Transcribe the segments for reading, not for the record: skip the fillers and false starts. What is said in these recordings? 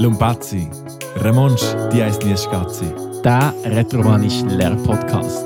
Lumpazzi, Ramonsch, die heisst nie Schatzi. Der retromanische Lehrpodcast.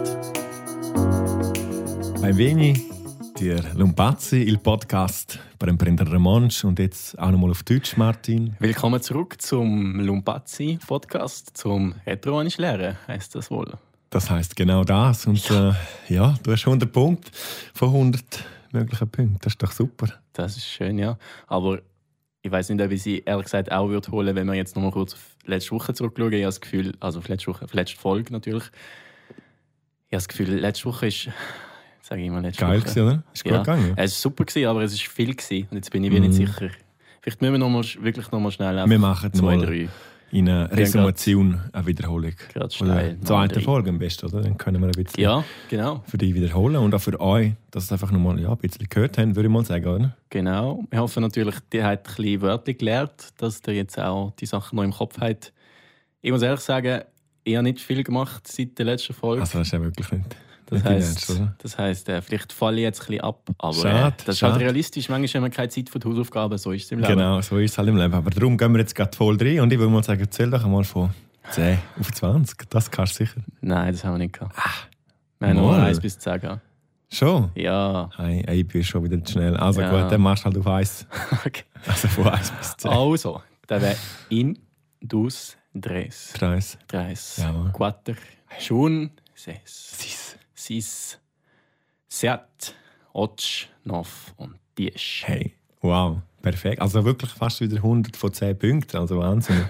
Benvenuti, der Lumpazzi, il podcast per imprendere Ramonsch und jetzt auch nochmal auf Deutsch, Martin. Willkommen zurück zum Lumpazzi Podcast, zum retromanischen Lehren, heisst das wohl. Das heisst genau das und ja, du hast 100 Punkte von 100 möglichen Punkten, das ist doch super. Das ist schön, ja. Aber ich weiss nicht, ob ich sie ehrlich gesagt auch holen würde, wenn wir jetzt noch mal kurz auf letzte Woche zurückschauen. Ich habe das Gefühl, also auf letzte Folge natürlich. Ich habe das Gefühl, letzte Woche ist, sage ich mal, letzte Geil Woche. gewesen, oder? Ist gut gegangen. Es war super, aber es war viel gewesen. Und jetzt bin ich mir nicht sicher. Vielleicht müssen wir wirklich noch mal schnell wir machen 2, 3. In einer Resumation eine Wiederholung. Gerade schnell. Zweite Folge am besten, oder? Dann können wir ein bisschen ja, genau. für dich wiederholen und auch für euch, dass es einfach nochmal ein bisschen gehört haben, würde ich mal sagen, oder? Genau. Wir hoffen natürlich, ihr habt ein bisschen Wörter gelernt, dass ihr jetzt auch die Sachen noch im Kopf habt. Ich muss ehrlich sagen, ich habe nicht viel gemacht seit der letzten Folge. Also das ist ja wirklich nicht. Das heisst, vielleicht falle ich jetzt ein bisschen ab. Aber schade, das ist halt realistisch. Manchmal haben wir keine Zeit für die Hausaufgaben, so ist es im Leben. Genau, so ist es halt im Leben. Aber darum gehen wir jetzt gerade voll rein und ich würde mal sagen, erzähl doch einmal von 10 auf 20. Das kannst du sicher. Nein, das haben wir nicht gehabt. Wir haben nur 1 bis 10 gehabt. Schon? Ja. Hey, ich bin schon wieder zu schnell. Also ja. Gut, dann machst du halt auf 1. Okay. Also von 1 bis 10. Also, dann wäre in, dus, tres. 3. Jawohl. Quater, schon, Sis. Sis, Set, Otsch, Nof und Diesch. Hey, wow, perfekt. Also wirklich fast wieder 100 von 10 Punkten, also Wahnsinn.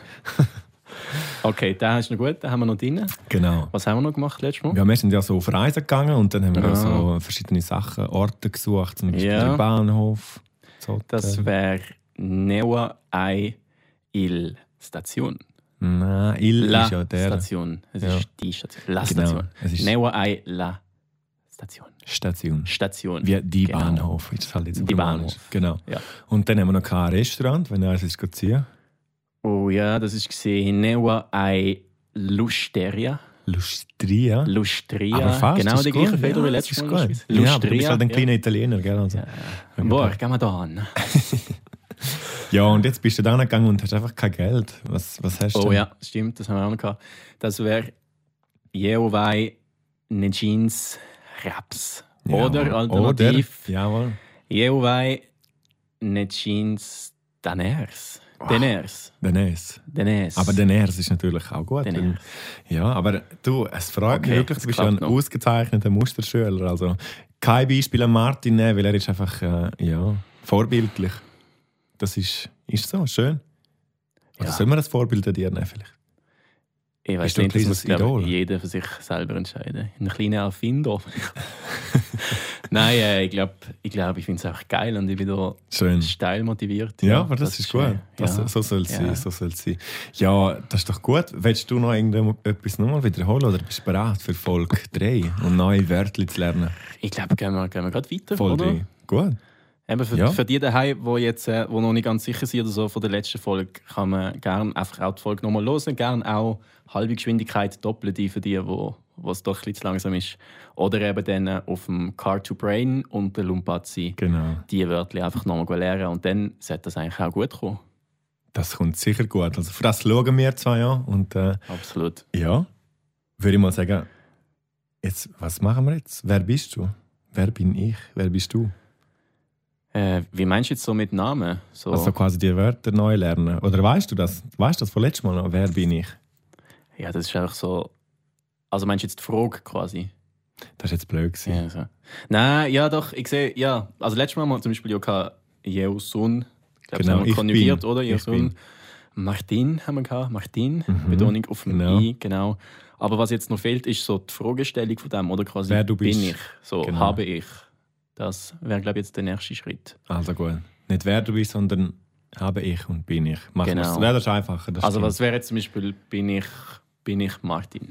Okay, da ist noch gut, da haben wir noch drin. Genau. Was haben wir noch gemacht letztes Mal? Ja, wir sind ja so auf Reisen gegangen und dann haben wir auch so verschiedene Sachen, Orte gesucht, zum Beispiel den Bahnhof. Das wäre Neua Ai Il Station. Nein, Il ist ja der. Station. Es ist die Station. La Genau. Station. Neua Ai La Station. Station. Wie die Genau. Bahnhof. Ist halt jetzt die Bahnhof. Genau. Ja. Und dann haben wir noch kein Restaurant, wenn eins ist ziehen. Oh ja, das ist gesehen. Neua Ai Lusteria. Lustria. Aber fast, genau die gleiche Feder wie letztes letztes Mal. Mal. Ja, aber du bist halt ein kleiner Italiener, gell? Also. Boah, gehen wir da an. Ja, und jetzt bist du da gegangen und hast einfach kein Geld. Was hast du? Oh ja, stimmt, das haben wir auch noch gehabt. Das wäre Jehovai Nejins Raps. Oder alternativ Jawohl. Jehovai Nejins Daners. Deners. Aber Deners ist natürlich auch gut. Ja, aber du, es freut mich wirklich, du bist ja ein ausgezeichneter Musterschüler. Also kein Beispiel an Martin nehmen, weil er ist einfach vorbildlich. Das ist so schön. Oder soll man das Vorbild an dir nehmen vielleicht? Ich weiß nicht, das muss jeder für sich selber entscheiden. Ein kleiner Erfinder. Nein, ich glaube, ich finde es auch geil und ich bin da steil motiviert. Ja, aber das ist gut. So soll es sein. Ja, das ist doch gut. Willst du noch etwas nochmal wiederholen oder bist du bereit für Folge 3 und neue Wörter zu lernen? Ich glaube, gehen wir gerade weiter, Folge oder? 3. Gut. Eben für die daheim, die noch nicht ganz sicher sind oder so von der letzten Folge, kann man gerne einfach auch die Folge nochmal hören. Gerne auch halbe Geschwindigkeit, doppelte für die, wo es doch ein bisschen zu langsam ist. Oder eben dann auf dem Car2Brain und der Lumpazzi die Wörter einfach nochmal lernen. Und dann sollte das eigentlich auch gut kommen. Das kommt sicher gut. Also für das schauen wir 2 Jahre. Und, absolut. Ja, würde ich mal sagen, jetzt, was machen wir jetzt? Wer bist du? Wer bin ich? Wer bist du? Wie meinst du jetzt so mit Namen? So. Also quasi die Wörter neu lernen. Oder weißt du das? Weißt du das von letztem Mal noch? Wer bin ich? Ja, das ist einfach so. Also meinst du jetzt die Frage quasi? Das war jetzt blöd gewesen. Ja, so. Nein, ja doch, ich sehe, ja. Also letztes Mal haben wir zum Beispiel ja Jeosun. Ich glaube, das haben wir konjugiert, oder? Jeosun. Martin haben wir gehabt. Martin, Betonung auf dem I, genau. Aber was jetzt noch fehlt, ist so die Fragestellung von dem, oder quasi wer du bist. Bin ich? So, habe ich. Das wäre, glaube ich, jetzt der nächste Schritt. Also gut. Nicht wer du bist, sondern habe ich und bin ich. Das wäre das einfacher. Das also was wäre jetzt zum Beispiel, bin ich Martin?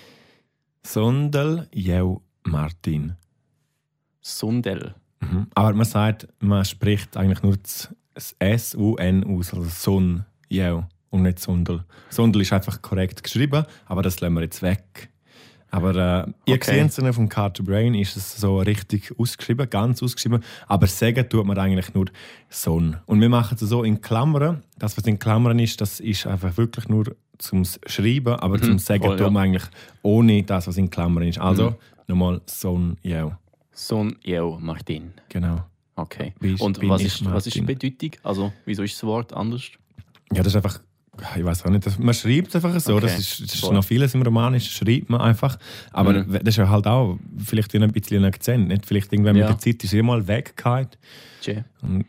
Sondel, Jeu, Martin. Sundel. Aber man spricht eigentlich nur das S-U-N aus, also Sun, Jeu und nicht Sundel. Sundel ist einfach korrekt geschrieben, aber das lassen wir jetzt weg. Aber ihr seht es auf dem Card to Brain, ist es so richtig ausgeschrieben, ganz ausgeschrieben. Aber sagen tut man eigentlich nur Sonne. Und wir machen es so in Klammern. Das, was in Klammern ist, das ist einfach wirklich nur zum Schreiben, aber zum Sagen tut man eigentlich ohne das, was in Klammern ist. Also nochmal Sonne, ja. Sonne, ja, Martin. Genau. Okay. Und was ist die Bedeutung? Also, wieso ist das Wort anders? Ja, das ist einfach, ich weiß auch nicht, man schreibt es einfach so. Okay. Das ist noch vieles im Romanischen, schreibt man einfach. Aber das ist ja halt auch vielleicht ein bisschen ein Akzent. Nicht? Vielleicht irgendwann mit der Zeit ist es mal weggehauen. Und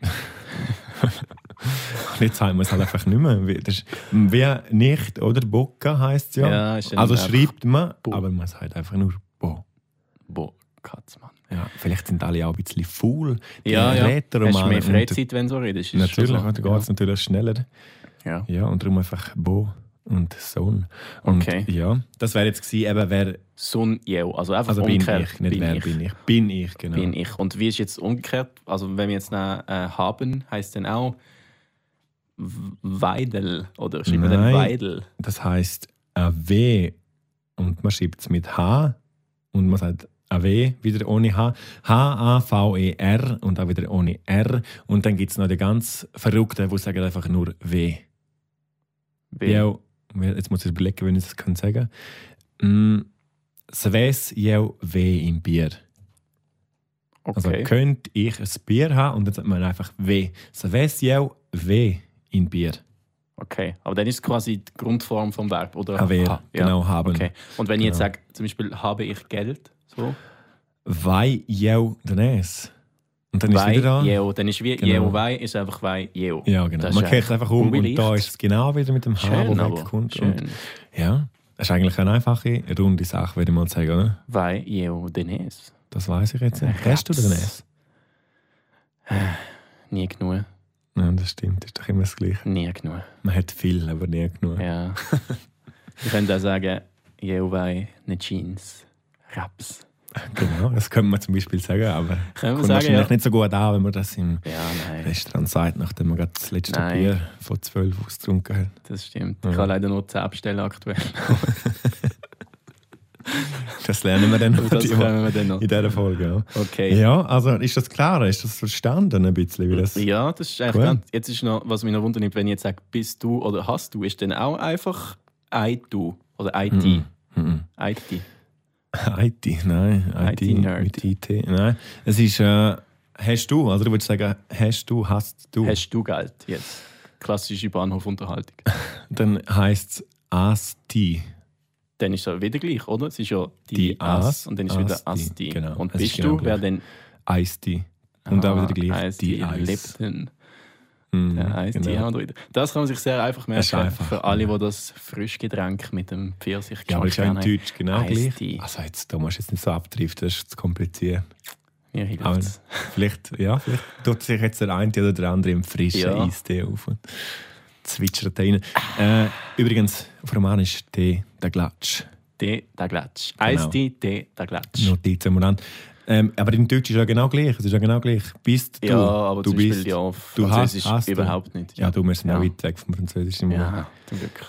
jetzt haben wir es halt einfach nicht mehr. Das ist, wer nicht, oder? Bocca heisst es ja. Also schreibt man, aber man sagt einfach nur Bo. Bo, Katzmann. Ja, vielleicht sind alle auch ein bisschen faul. Ja. Hast du mehr Freizeit, wenn du so redest? Natürlich, da geht es natürlich schneller. Ja, und darum einfach Bo und Sohn. Und ja, das wäre jetzt gewesen, eben wer... Sohn, ja, also einfach umgekehrt. Bin ich, nicht wer bin ich. Bin ich, genau. Bin ich. Und wie ist jetzt umgekehrt? Also wenn wir jetzt haben, heisst dann auch Weidel, oder schreibt man dann Weidel? Das heisst W und man schreibt es mit H und man sagt W wieder ohne H. H-A-V-E-R und auch wieder ohne R. Und dann gibt es noch die ganz Verrückten, die sagen einfach nur W. Ja, jetzt muss ich überlegen, wenn ich das sagen kann. Sves jau W im Bier. Okay. Also könnte ich ein Bier haben und dann sagt man einfach W. Sves jau W im Bier. Okay, aber dann ist es quasi die Grundform vom Verb, oder? Haver, genau, haben. Okay. Und wenn ich jetzt sage, zum Beispiel, habe ich Geld, so? Vai jau danes. Und dann ist wieder da. Jeo, dann ist wie Jeo Wei, ist einfach Wei Jeo. Ja, genau. Man kehrt einfach um und da ist es genau wieder mit dem H, wo wegkommt. Und, ja, das ist eigentlich eine einfache, runde Sache, würde ich mal sagen, oder? Wei Jeo Danes. Das weiss ich jetzt nicht. Hast du Danes? Nie genug. Ja, das stimmt, das ist doch immer das Gleiche. Nie genug. Man hat viel, aber nie genug. Ja. Ich könnte auch sagen, Jeo Wei, ne Jeans, Raps. Genau, das könnte man zum Beispiel sagen, aber kommt wahrscheinlich nicht so gut an, wenn man das im Restaurant sagt, nachdem man gerade das letzte Bier von 12 ausgetrunken hat. Das stimmt. Ich kann leider nur 10 bestellen aktuell. Das lernen wir dann noch, noch. in dieser Folge. Ja. Okay. Ja, also ist das klar? Ist das verstanden ein bisschen? Wie das ja, das ist eigentlich ganz... Jetzt ist noch, was mich noch wundert, wenn ich jetzt sage, bist du oder hast du, ist dann auch einfach du oder IT? IT. IT, nein. IT-Nerd. Mit IT, nein. Es ist, hast du, also du würdest sagen, hast du. Hast du Geld, jetzt. Klassische Bahnhofunterhaltung. Dann heisst es Asti. Dann ist es wieder gleich, oder? Es ist ja die As und dann ist wieder Asti. Genau. Und bist du, wer denn? Asti. Und auch wieder gleich. Die Lipton. Genau. Das kann man sich sehr einfach merken. Für alle, die das Frischgetränk mit dem Pfirsich ja, aber ist ja in Deutsch genau gleich. Also jetzt, da musst du jetzt nicht so abdriften, das ist zu kompliziert. Ja, hilft's. Vielleicht tut sich jetzt der eine oder der andere im frischen Eistee auf und zwitschert rein. Übrigens, auf Romanisch Tee, der Glatsch. Tee, der Glatsch. Eistee, Tee, der Glatsch. Notiz am Rand. Aber in Deutsch ist ja genau gleich. Es ist ja genau gleich. Bist du. Ja, aber du zum Beispiel ja, Französisch hast überhaupt nicht. Ja, wir sind auch weit weg vom Französischen. Ja, zum Glück.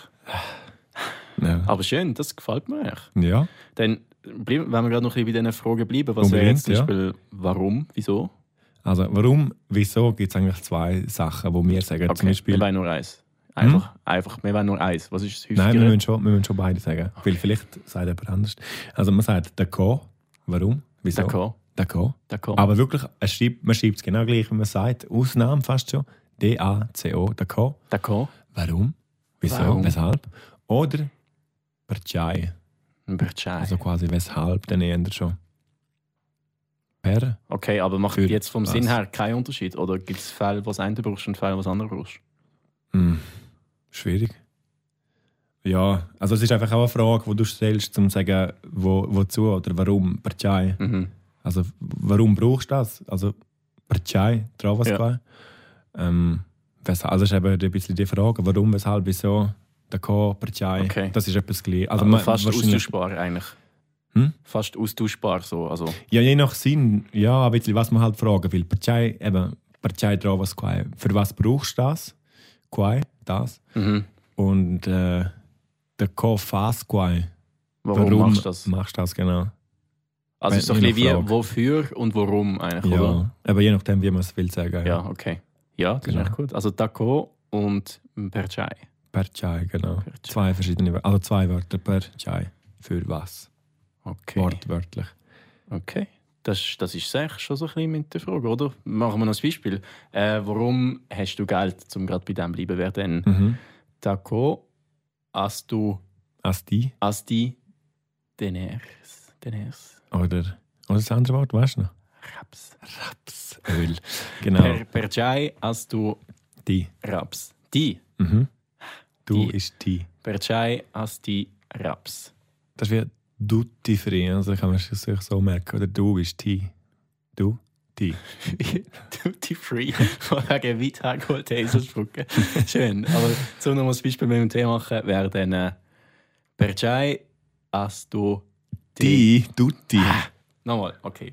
Ja. Aber schön, das gefällt mir echt. Ja. Dann, wenn wir gerade noch ein bisschen bei diesen Fragen bleiben, was wäre jetzt zum Beispiel, warum, wieso? Also, warum, wieso gibt es eigentlich 2 Sachen, wo wir sagen, okay, zum Beispiel... wir wollen nur eins. Einfach, wir wollen nur eins. Was ist das Häufigere? Nein, wir müssen schon beide sagen. Okay. Weil vielleicht sagt jemand anders. Also man sagt d'accord. Warum? Wieso? D'accord. Aber wirklich, man schreibt es genau gleich, wie man sagt. Ausnahme fast schon. D-A-C-O. D'accord. Warum? Wieso? Weshalb? Oder perché. Also quasi weshalb, dann eher schon. Per. Okay, aber macht jetzt vom Sinn her keinen Unterschied? Oder gibt es Fälle, wo das eine brauchst und Fälle, wo das andere brauchst? Schwierig. Ja, also es ist einfach auch eine Frage, die du stellst, um zu sagen, wozu oder warum, perché. Also warum brauchst du das? Also perché, Travasquai. Also es ist eben ein bisschen die Frage, warum, weshalb, wieso, d'accord, perché. Okay. Das ist etwas gleich. Also fast austauschbar eigentlich. Fast austauschbar so. Also. Ja, je nach Sinn, ja, ein bisschen, was man halt fragen will. Perché, eben, perché, Travasquai. Für was brauchst du das? Quai, das. Und der Co fas quai. Warum machst du das? Machst du das genau? Also es ist so ein bisschen wie wofür und warum eigentlich, ja, oder? Aber je nachdem, wie man es will sagen. Ja, okay. Ja, das ist echt gut. Also Taco und Perchai. Perchai, genau. Perchai. Zwei Wörter Perchai. Für was? Okay. Wortwörtlich. Okay. Das ist eigentlich schon so ein bisschen mit der Frage, oder? Machen wir noch ein Beispiel. Warum hast du Geld, um gerade bei dem zu bleiben? Wer denn? Taco, asti deners. Oder das andere Wort, weißt du noch? Rapsöl. Genau. Perchai asti die. Raps. Die? Du ist die. Perchai asti Raps. Das ist wie Duty free, also kann man sich so merken. Oder du bist die. Du, die. Duty free. Von wegen weit hergeholt Eselsbrücke. Schön. Aber so noch mal ein Beispiel mit dem Tee machen, wäre dann Perchai astu die. Duty. Nochmal, okay.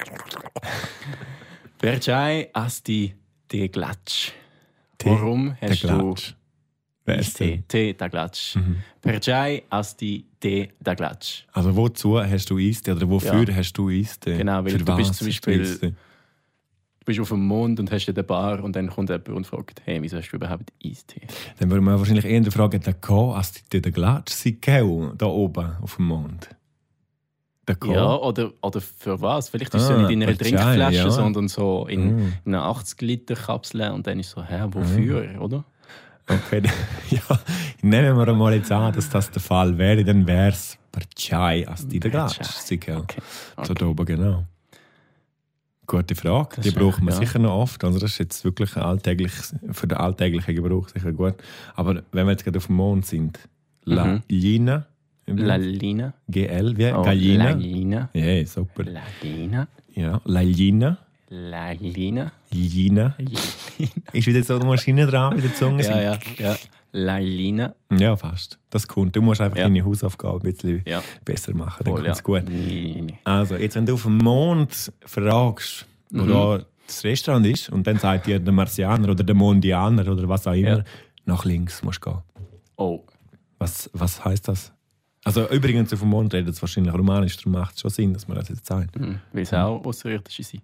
Perchai asti de Glatsch. Warum hast du Eistee? Tee da Glatsch. Perchai asti Tee da Glatsch. Also wozu hast du Eistee oder wofür hast du Eistee? Genau, weil du bist zum Beispiel du bist auf dem Mond und hast in der Bar und dann kommt jemand und fragt, hey, wieso hast du überhaupt Eistee? Dann würde man wahrscheinlich eher fragen, Taco asti Tee da Glatsch, sie da oben auf dem Mond. Ja, oder für was? Vielleicht ist es ja nicht in einer Trinkflasche, sondern so in einer 80-Liter-Kapsel und dann ist so, wofür, oder? Okay, ja, nehmen wir mal jetzt an, dass das der Fall wäre, dann wäre es Perchai asti de Glatsch. Okay. So da oben, genau. Gute Frage, das die braucht man sicher noch oft. Also das ist jetzt wirklich für den alltäglichen Gebrauch sicher gut. Aber wenn wir jetzt gerade auf dem Mond sind, La Lina. GL, wie? Gallina. La Lina. Ja, super. La Lina. Ja, La Lina. La Lina. Lina. Ist wieder so eine Maschine dran mit der Zunge? Ja. La Lina. Ja, fast. Das kommt. Du musst einfach deine Hausaufgaben ein bisschen besser machen. Dann kommt es gut. Also, jetzt, wenn du auf dem Mond fragst, wo da das Restaurant ist, und dann sagt dir der Marsianer oder der Mondianer oder was auch immer, nach links musst du gehen. Oh. Was heisst das? Also übrigens, auf dem Mond redet es wahrscheinlich Romanisch, darum macht es schon Sinn, dass man das jetzt sagt. Weil es auch Außerirdische sind.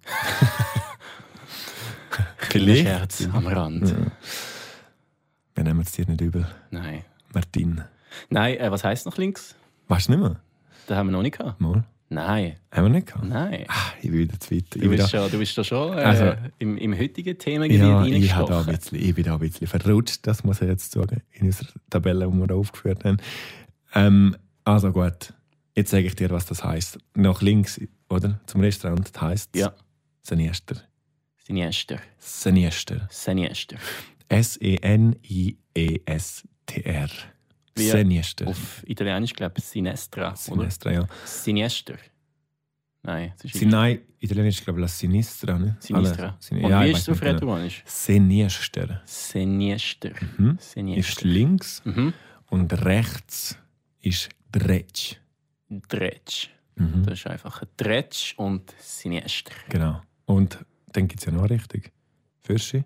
Vielleicht. Scherz am Rand. Ja. Wir nehmen es dir nicht übel. Nein. Martin. Nein, was heisst noch links? Weißt du nicht mehr? Das haben wir noch nicht gehabt. Mal? Nein. Haben wir nicht gehabt? Nein. Ich will wieder zu weit. Du bist da schon im heutigen Themengebiet reingestochen. Ich bin da ein bisschen verrutscht, das muss ich jetzt sagen, in unserer Tabelle, die wir da aufgeführt haben. Also gut, jetzt sage ich dir, was das heisst. Nach links, oder? Zum Restaurant, das heisst Seniester. Seniester. S-E-N-I-E-S-T-R. Seniester. Auf Italienisch, glaube ich, Sinestra. Sinestra, ja. Sinister. Nein, Nein, Italienisch, glaube ich, la Sinistra. Ne? Sinistra. Und wie ist es auf Romanisch? Seniester. Seniester. Ist links und rechts ist Dretsch. Dretsch. Das ist einfach ein Dretsch und Sinister. Genau. Und dann gibt es ja noch richtig. Fürschi,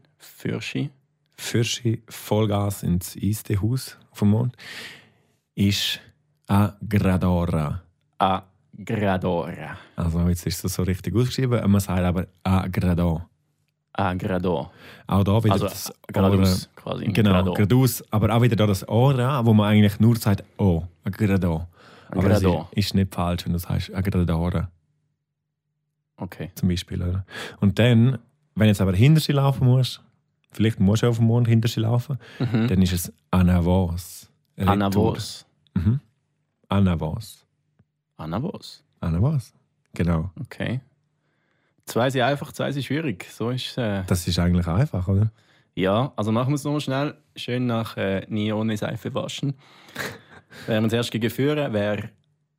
Vollgas ins Eistee-Haus auf dem Mond, ist Agradora. Agradora. Also jetzt ist es so richtig ausgeschrieben, man sagt aber Agrado. Agrado. Auch da wieder also das Gradus quasi. Genau, Gradus, aber auch wieder da das Ora, wo man eigentlich nur sagt Agrado. Aber das ist nicht falsch, wenn du sagst Agradora. Okay. Zum Beispiel. Oder? Und dann, wenn du jetzt aber hinter sie laufen musst, vielleicht musst du auf dem Mond hinter sie laufen, dann ist es Anavos. Anavos. Anavos. Anavos. Genau. Okay. 2 sind einfach, 2 sind schwierig. So ist das ist eigentlich einfach, oder? Ja, also machen wir es nochmal schnell. Schön nach nie ohne Seife waschen. Wenn wir uns erst gegen führen, wäre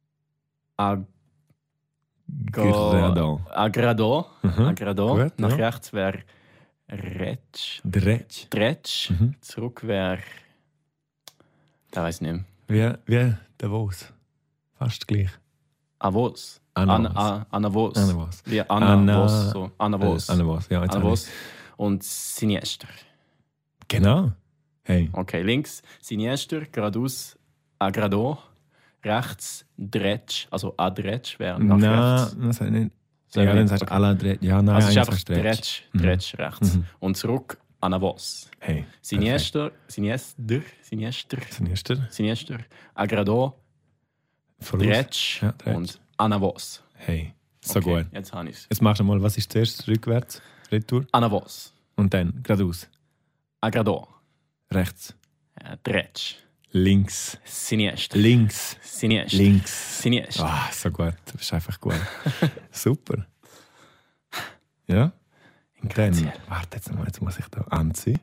Agrado. Gut, nach rechts wäre Dretsch. Zurück wäre. Da weiß ich nicht mehr. Wie Davos. Fast gleich. Avos. Anavos. Wie Anavos. So. Anavos, ja. Anavos. Und Siniester. Genau. Hey. Okay, links Siniester, geradeaus Agrado. rechts Dretsch, also Adretsch wäre nach rechts. Nein, das heißt nicht. Ja, dann sagst du alle Dretsch. Ja, nein, also es ist einfach Dretsch rechts. Mhm. Und zurück Anavos. Hey. Sinister, Agrador, Dretsch und Anavos. Hey, so gut. Jetzt habe ich es. Jetzt machst du mal, was ist zuerst? Rückwärts? Retour? Anavos. Und dann geradeaus? Agrador. Rechts? Dretsch. Links? Sinister. Links? Sinister. Links? Sinister. Ah, so gut. Du bist einfach gut. Super. Ja? Und dann, warte, jetzt muss ich da anziehen.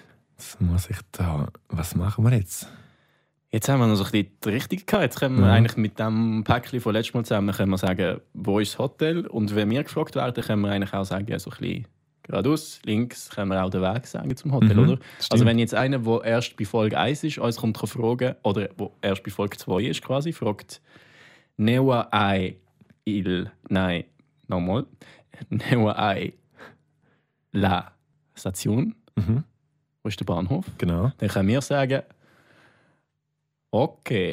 Was machen wir jetzt? Jetzt haben wir noch so ein bisschen die Richtung gehabt. Jetzt können wir eigentlich mit dem Päckchen von letztem Mal zusammen können wir sagen, wo ist das Hotel? Und wenn wir gefragt werden, können wir eigentlich auch sagen, so ein bisschen geradeaus, links, können wir auch den Weg sagen zum Hotel, oder? Stimmt. Also wenn jetzt einer, der erst bei Folge 1 ist, uns kommt fragen, oder der erst bei Folge 2 ist quasi, fragt Neua ai il... Nein, nochmal. Neua ai la Station. Wo ist der Bahnhof? Genau. Dann können wir sagen, okay.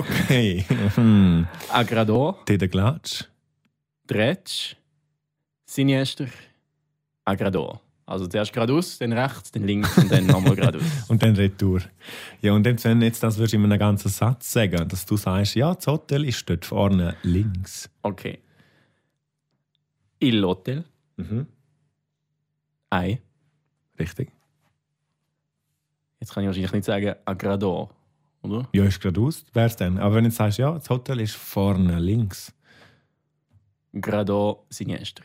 Agrador. Der Glatsch. Dretsch. Sinister. Agrador. Also zuerst geradeaus, dann rechts, dann links und dann nochmal geradeaus. Und dann Retour. Ja, und dann, wenn jetzt das würdest du in einem ganzen Satz sagen, dass du sagst, ja, das Hotel ist dort vorne links. Okay. Il Hotel. Ei. Richtig. Jetzt kann ich wahrscheinlich nicht sagen Agrador, oder? Ja, ist geradeaus, wäre es dann. Aber wenn du sagst, ja, das Hotel ist vorne links. Grador Sinister.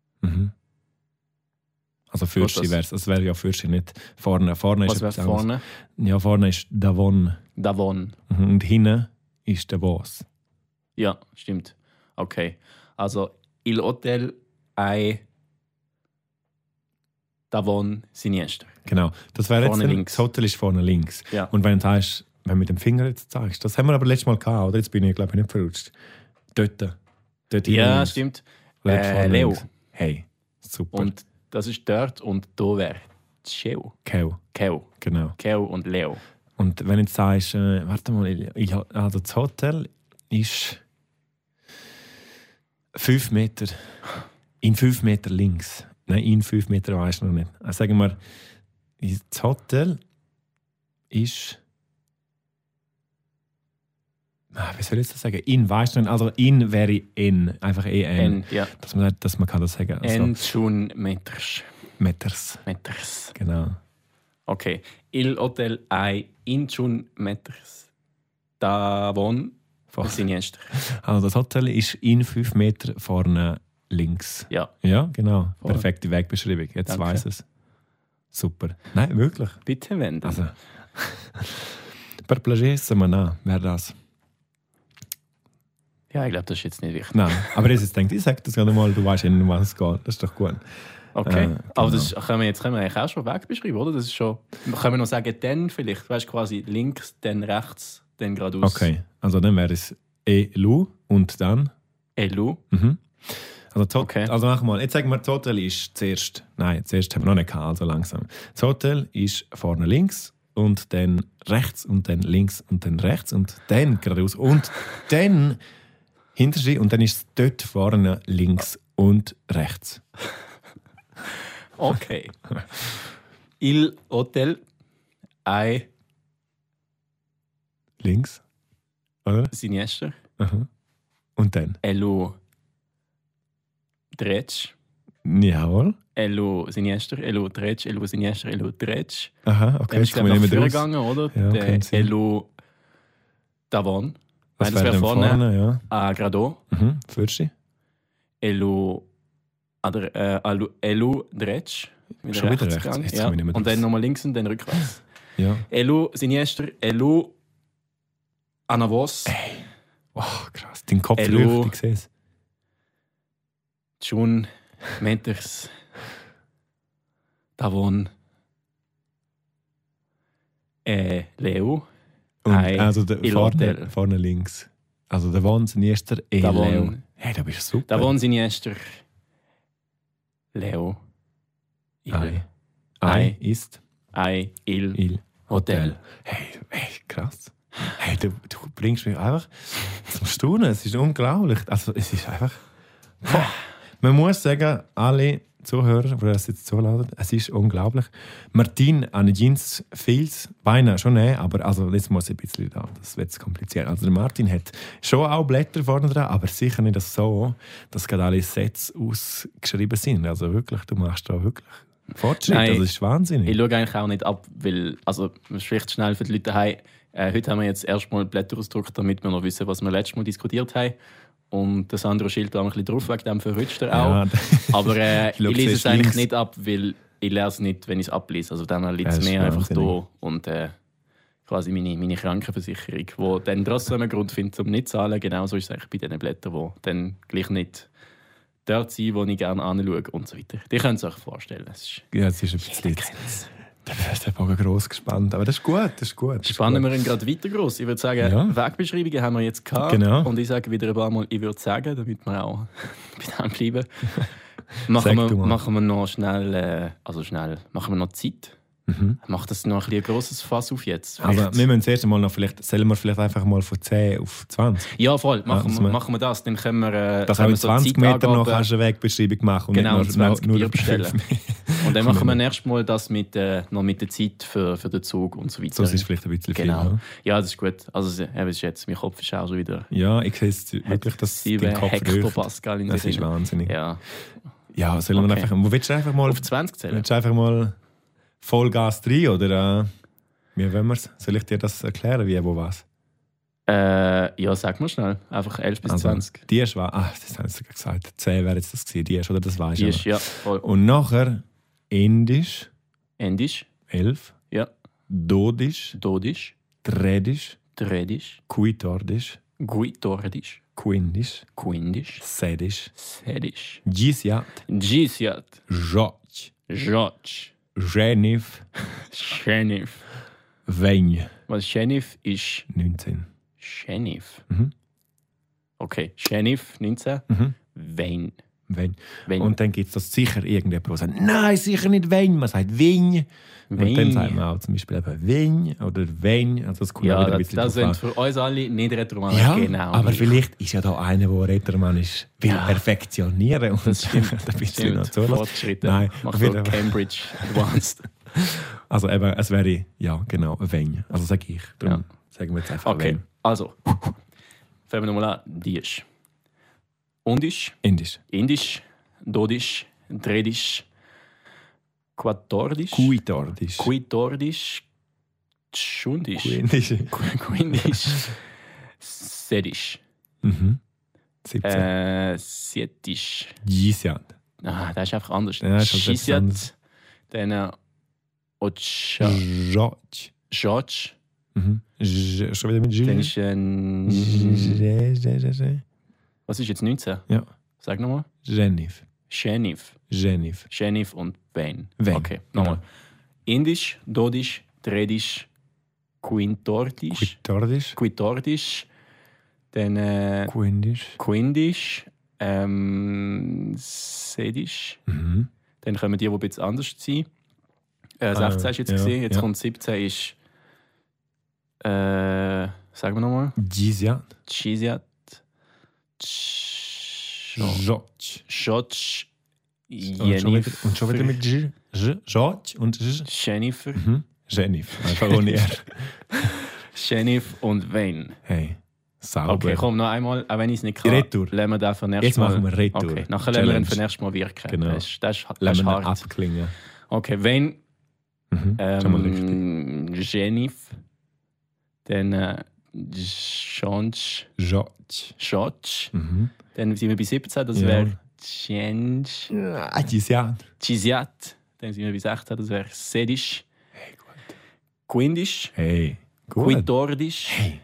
Also Fürsti wäre es. Es wäre ja Fürsti nicht vorne. Vorne was wäre vorne? Ja, vorne ist Davon. Davon. Und hinten ist der Boss. Ja, stimmt. Okay. Also Il Hotel ei Davon Sinister. Genau. Das wäre jetzt links. Das Hotel ist vorne links. Ja. Und wenn du sagst, wenn du mit dem Finger jetzt zeigst, das haben wir aber letztes Mal gehabt, oder? Jetzt bin ich, glaube ich, nicht verrutscht. Dort ja, stimmt. Leo. Hey, super. Und das ist dort und da wäre Cheo. Keo. Genau. Keo und Leo. Und wenn du jetzt sagst, warte mal, also das Hotel ist 5 Meter, in 5 Meter links. Nein, in 5 Meter weisst du noch nicht. Also sagen wir, das Hotel ist... wie soll ich das sagen? In, weißt du, also in wäre N, einfach EN. Ja. Dass man kann das sagen. Also, En schon Meters. Meters. Genau. Okay. Il Hotel ei in schon Meters. Davon Sinister. Also das Hotel ist in 5 Meter vorne links. Ja. Ja, genau. Voll. Perfekte Wegbeschreibung. Jetzt weiss es. Super. Nein, wirklich. Bitte wenden. Also, per plagier man wäre das. Ja, ich glaube, das ist jetzt nicht wichtig. Nein, aber jetzt denkt, ich sage das gerade mal, du weißt ja nicht, um was es geht. Das ist doch gut. Okay, genau. aber das können wir eigentlich auch schon wegbeschreiben, oder? Das ist schon, können wir noch sagen, dann vielleicht, weißt du, quasi links, dann rechts, dann geradeaus. Okay, also dann wäre es Elu und dann? Elu. Also, okay. Also mach mal, jetzt sagen wir, das Hotel ist zuerst, nein, zuerst haben wir noch nicht gehabt, also langsam. Das Hotel ist vorne links und dann rechts und dann links und dann rechts und dann geradeaus und dann hinter sich und dann ist es dort vorne links und rechts. Okay. Il Hotel ei links, oder? Sinister. Und dann? Elu Dretsch. Jawohl. Elu Sinister, Elu Dretsch, Elu Sinister, Elu Dretsch. Aha, okay. Dann ist glaube ich nach vorne gegangen, oder? Ja, der Elu Davon. Das wäre vorne, ja. Agrador. Fürsti. Elu Dretsch. Schon wieder rechts. Ja. Und dann nochmal links und dann rückwärts. Ja. Elu Sinister, Elu Anavos. Ey. Oh, krass. Dein Kopf leuchtet, ich sehe es. Schon Meters. Davon. Leo. Und also vorne links. Also der Won Sinister, Leo. Hey, da bist du super. Der Won Sinister, Leo. Ei ist Il Hotel. Hey, krass. Hey, du bringst mich einfach Staunen, es ist unglaublich. Also, es ist einfach... Man muss sagen, alle Zuhörer, die das jetzt zulassen, es ist unglaublich. Martin an Jeans Fields, beinahe schon nehmen, aber also, jetzt muss ich ein bisschen da, das wird kompliziert. Also der Martin hat schon auch Blätter vorne dran, aber sicher nicht so, dass gerade alle Sätze ausgeschrieben sind. Also wirklich, du machst da wirklich Fortschritt, das ist wahnsinnig. Ich schaue eigentlich auch nicht ab, weil, also vielleicht schnell für die Leute daheim. Heute haben wir jetzt erstmal Blätter ausgedruckt, damit wir noch wissen, was wir letztes Mal diskutiert haben. Und das andere Schild war ein bisschen drauf, wegen dem verrutscht er auch. Ja, aber ich lese es eigentlich nicht ab, weil ich lese es nicht, wenn ich es ablese. Also dann liegt es mehr einfach da und quasi meine Krankenversicherung, die dann trotzdem einen Grund findet, um nicht zu zahlen. Genauso ist es eigentlich bei diesen Blättern, die dann gleich nicht dort sind, wo ich gerne anschaue und so weiter. Die können es euch vorstellen. Es ist ein bisschen... Da wäre der Bogen gross gespannt. Aber das ist gut. Spannen wir ihn gerade weiter gross. Ich würde sagen, Wegbeschreibungen haben wir jetzt gehabt. Genau. Und ich sage wieder ein paar Mal, ich würde sagen, damit wir auch bei dem bleiben. Machen wir noch schnell, machen wir noch Zeit. Macht das noch ein grosses Fass auf jetzt? Aber wir müssen zuerst einmal noch sollen wir vielleicht einfach mal von 10 auf 20? Ja, voll. Machen wir das. Dann können wir dass auch in 20 Meter noch eine Wegbeschreibung machen. Und genau, nicht nur 20 Bier bestellen. Und dann machen wir nächstes Mal das noch mit der Zeit für den Zug und so weiter. Das ist vielleicht ein bisschen viel. Genau. Ja, das ist gut. Also jetzt, mein Kopf ist auch schon wieder... Ja, ich sehe es wirklich, dass dein Kopf Hektopascal in das ist wahnsinnig. Ja, sollen wir einfach... Wo willst du einfach mal... Auf 20 zählen? Willst du einfach mal... Vollgas 3 oder wie wollen wir es? Soll ich dir das erklären, wie, wo, was? Ja, sag mal schnell. Einfach 11 bis 20. Die ist war, das haben sie gesagt. 10 wäre jetzt das gewesen. Die ist, oder das weißt du. Die ist, ja, voll. Und nachher Indisch. 11. Ja. Dodisch. Tredisch. Quitordisch. Quindisch. Sedisch. Gisiat. Jotsch. Genif. Wein. Was Genif ist? 19. Genif. Okay, Genif 19. Wein. Und dann gibt es das sicher irgendjemand, der sagt, nein, sicher nicht Wein. Man sagt Wein. Und dann sagt man auch zum Beispiel Wein oder Wein. Also das kommt wieder ein bisschen das sind für uns alle nicht Retroman. Ja, genau. Aber vielleicht ist ja da einer, der Retroman ist, will perfektionieren. Und das stimmt. ein bisschen noch Fortschritte. Nein, macht so Cambridge Advanced. Also eben, es wäre, ja genau, ein Wein. Also sage ich. Darum sagen wir jetzt einfach Wein. Also, fangen wir nochmal an. Dies. Indisch, Dodisch, Tredisch, Quitordisch, Quindisch, Sedisch, 17. Sietisch. Gisiat. Das ist einfach anders. Ja, Gisiat, dann Jotsch. Schon wieder mit G. Dann ist was ist jetzt 19? Ja. Sag nochmal. Genif und Wein. Okay, nochmal. Indisch, Dodisch, Tredisch, Quitordisch, dann Quindisch, Sedisch. Dann kommen die ein bisschen anders sein. 16 ist jetzt gesehen, jetzt kommt 17 ist sagen wir nochmal. Gisiat. Jotsch. Und schon wieder mit G. Jotsch und Jennifer. Genif. Einfach ohne R. Genif und Wein. Hey, sauber. Okay, komm, noch einmal, auch wenn ich es nicht kann. Retour. Lassen wir den für nächstes Jetzt Mal. machen wir Retour. Okay, nachher lassen wir ihn für nächstes Mal wirken. Genau. Das ist hart. Abklingen. Okay, Wein. Schon mal richtig. Genif. Dann Jotsch. Dann sind wir bei 17, das wäre Gisiat. Dann sind wir bei 16, das wäre Sedisch. Hey, gut. Quindisch. Hey, gut. Quitordisch. Hey.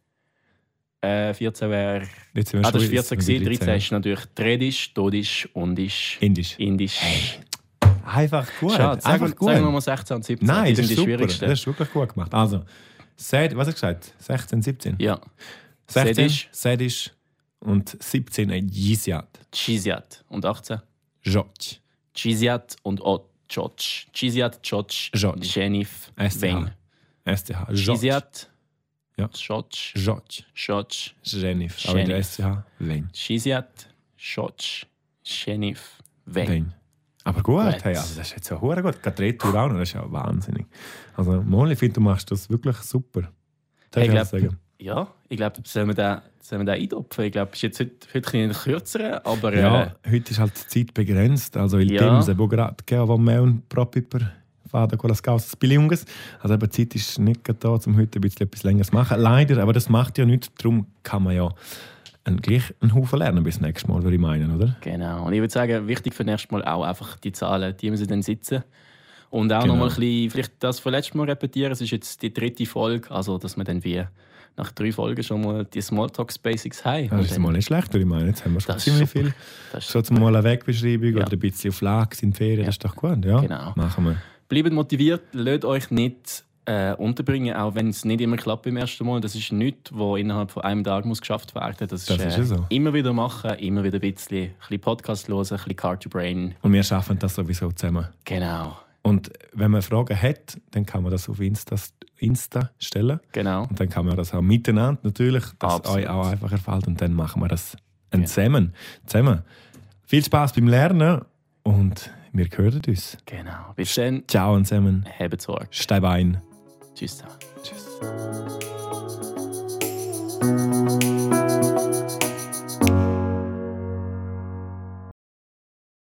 14 wäre... Das war 14 gewesen. 13 ist natürlich Tredisch, Dodisch, Indisch. Hey. Einfach gut. Schade, sagen wir mal 16 und 17. Nein, das ist sind die super. schwierigsten. Das ist wirklich gut gemacht. Also, was hast du gesagt? 16, 17? Ja. 16, Sedisch und 17 Gisiat. Und 18? Jotsch. Gisiat und Jotsch. Genif, Wein. STH. Gisiat, Ja. Schotsch. Genif. Aber in der SCH, Wein. Shisiat, Schotsch, Genif, Wein. Aber gut, hey, also das ist jetzt ja gut. Gerade die Retour auch noch, das ist ja wahnsinnig. Also Molly, ich finde, du machst das wirklich super. Hey, ich glaube, sollen wir den eintopfen? Ich glaube, es ist jetzt heute ein kürzer, aber... Ja, heute ist halt die Zeit begrenzt. Also il tempo wo gerade che mehr und proprio per fare con las causas bilungas. Also eben, die Zeit ist nicht da, um heute ein bisschen etwas länger zu machen. Leider, aber das macht ja nichts. Darum kann man ja gleich einen Haufen lernen bis nächstes Mal, würde ich meinen, oder? Genau. Und ich würde sagen, wichtig für nächstes Mal auch einfach die Zahlen, die müssen dann sitzen. Und auch noch mal ein bisschen, vielleicht das von letztes Mal repetieren. Es ist jetzt die 3. Folge, also dass wir dann wie nach 3 Folgen schon mal die Smalltalk-Basics haben. Das ist mal nicht schlecht, würde ich meinen. Jetzt haben wir schon ziemlich viel. So zum mal eine Wegbeschreibung oder ein bisschen auf Lage in Ferien, das ist doch gut. Ja, genau. Machen wir. Bleibt motiviert, lasst euch nicht unterbringen, auch wenn es nicht immer klappt beim ersten Mal. Das ist nichts, was innerhalb von einem Tag muss geschafft werden muss. Das ist so. Immer wieder machen, immer wieder ein bisschen Podcast hören, ein bisschen Car to Brain. Und wir schaffen das sowieso zusammen. Genau. Und wenn man Fragen hat, dann kann man das auf Insta stellen. Genau. Und dann kann man das auch miteinander natürlich, dass euch auch einfacher fällt. Und dann machen wir das zusammen. Viel Spaß beim Lernen und wir hören uns. Genau. Bis dann. Ciao zusammen. Habt Sorge. Steh Bein. Tschüss zusammen. Tschüss.